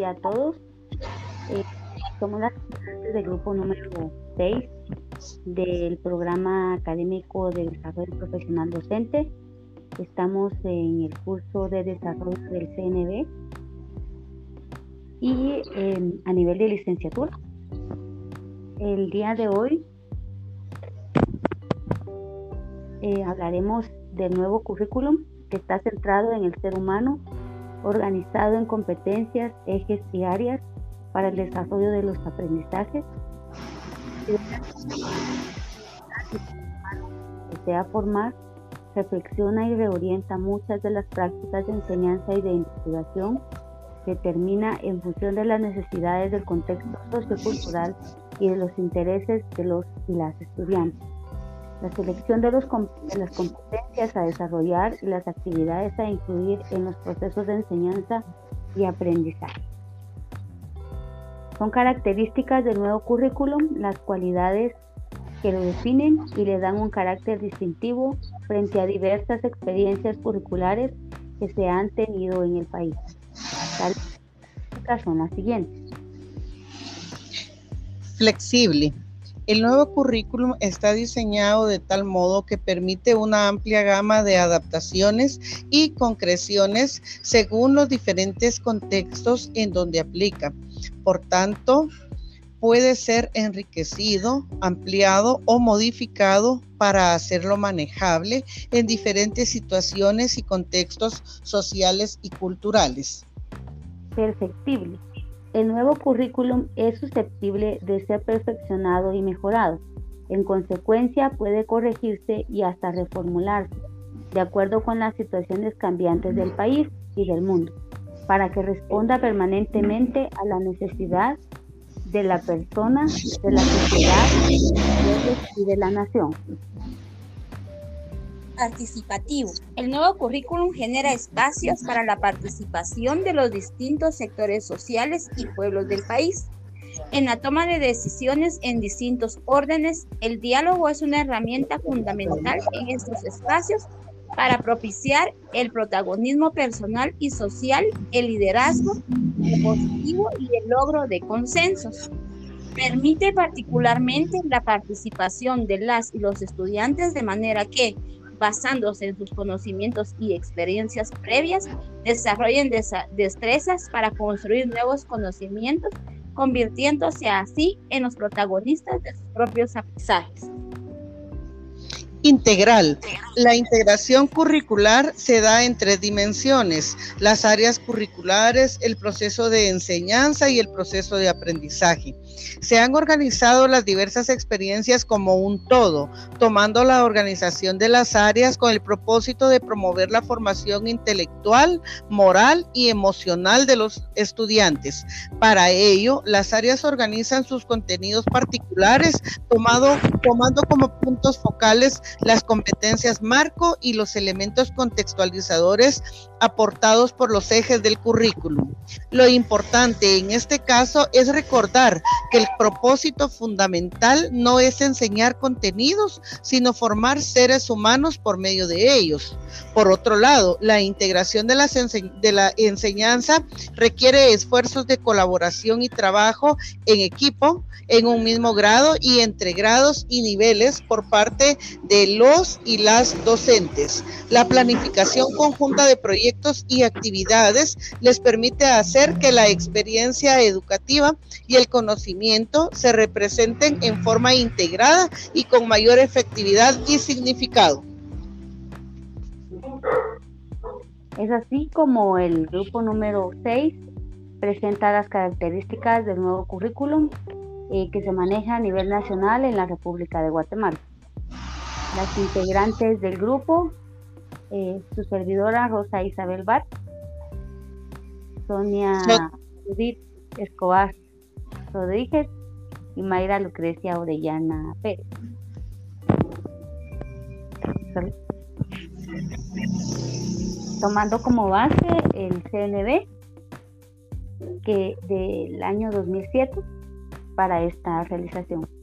día a todos. Eh, Somos las estudiantes del grupo número 6 del programa académico de desarrollo profesional docente. Estamos en el curso de desarrollo del CNB y a nivel de licenciatura. El día de hoy hablaremos del nuevo currículum que está centrado en el ser humano, organizado en competencias, ejes y áreas para el desarrollo de los aprendizajes. Desea formar, reflexiona y reorienta muchas de las prácticas de enseñanza y de investigación, determina en función de las necesidades del contexto sociocultural y de los intereses de los y las estudiantes. La selección de las competencias a desarrollar y las actividades a incluir en los procesos de enseñanza y aprendizaje. Son características del nuevo currículum las cualidades que lo definen y le dan un carácter distintivo frente a diversas experiencias curriculares que se han tenido en el país. Tales características son las siguientes. Flexible. El nuevo currículum está diseñado de tal modo que permite una amplia gama de adaptaciones y concreciones según los diferentes contextos en donde aplica. Por tanto, puede ser enriquecido, ampliado o modificado para hacerlo manejable en diferentes situaciones y contextos sociales y culturales. Perfectible. El nuevo currículum es susceptible de ser perfeccionado y mejorado. En consecuencia, puede corregirse y hasta reformularse, de acuerdo con las situaciones cambiantes del país y del mundo, para que responda permanentemente a la necesidad de la persona, de la sociedad y de la nación. Participativo. El nuevo currículum genera espacios para la participación de los distintos sectores sociales y pueblos del país. En la toma de decisiones en distintos órdenes, el diálogo es una herramienta fundamental en estos espacios para propiciar el protagonismo personal y social, el liderazgo positivo y el logro de consensos. Permite particularmente la participación de las y los estudiantes de manera que, basándose en sus conocimientos y experiencias previas, desarrollen destrezas para construir nuevos conocimientos, convirtiéndose así en los protagonistas de sus propios aprendizajes. Integral. La integración curricular se da en tres dimensiones: las áreas curriculares, el proceso de enseñanza y el proceso de aprendizaje. Se han organizado las diversas experiencias como un todo, tomando la organización de las áreas con el propósito de promover la formación intelectual, moral y emocional de los estudiantes. Para ello, las áreas organizan sus contenidos particulares, tomando como puntos focales las competencias marco y los elementos contextualizadores aportados por los ejes del currículum. Lo importante en este caso es recordar que el propósito fundamental no es enseñar contenidos, sino formar seres humanos por medio de ellos. Por otro lado, la integración de la enseñanza requiere esfuerzos de colaboración y trabajo en equipo, en un mismo grado y entre grados y niveles por parte de los y las docentes. La planificación conjunta de proyectos y actividades les permite hacer que la experiencia educativa y el conocimiento se representen en forma integrada y con mayor efectividad y significado. Es así como el grupo número 6 presenta las características del nuevo currículum que se maneja a nivel nacional en la República de Guatemala. Las integrantes del grupo, su servidora Rosa Isabel Bat, Sonia Judith Escobar Rodríguez y Mayra Lucrecia Orellana Pérez. Tomando como base el CNB que del año 2007 para esta realización.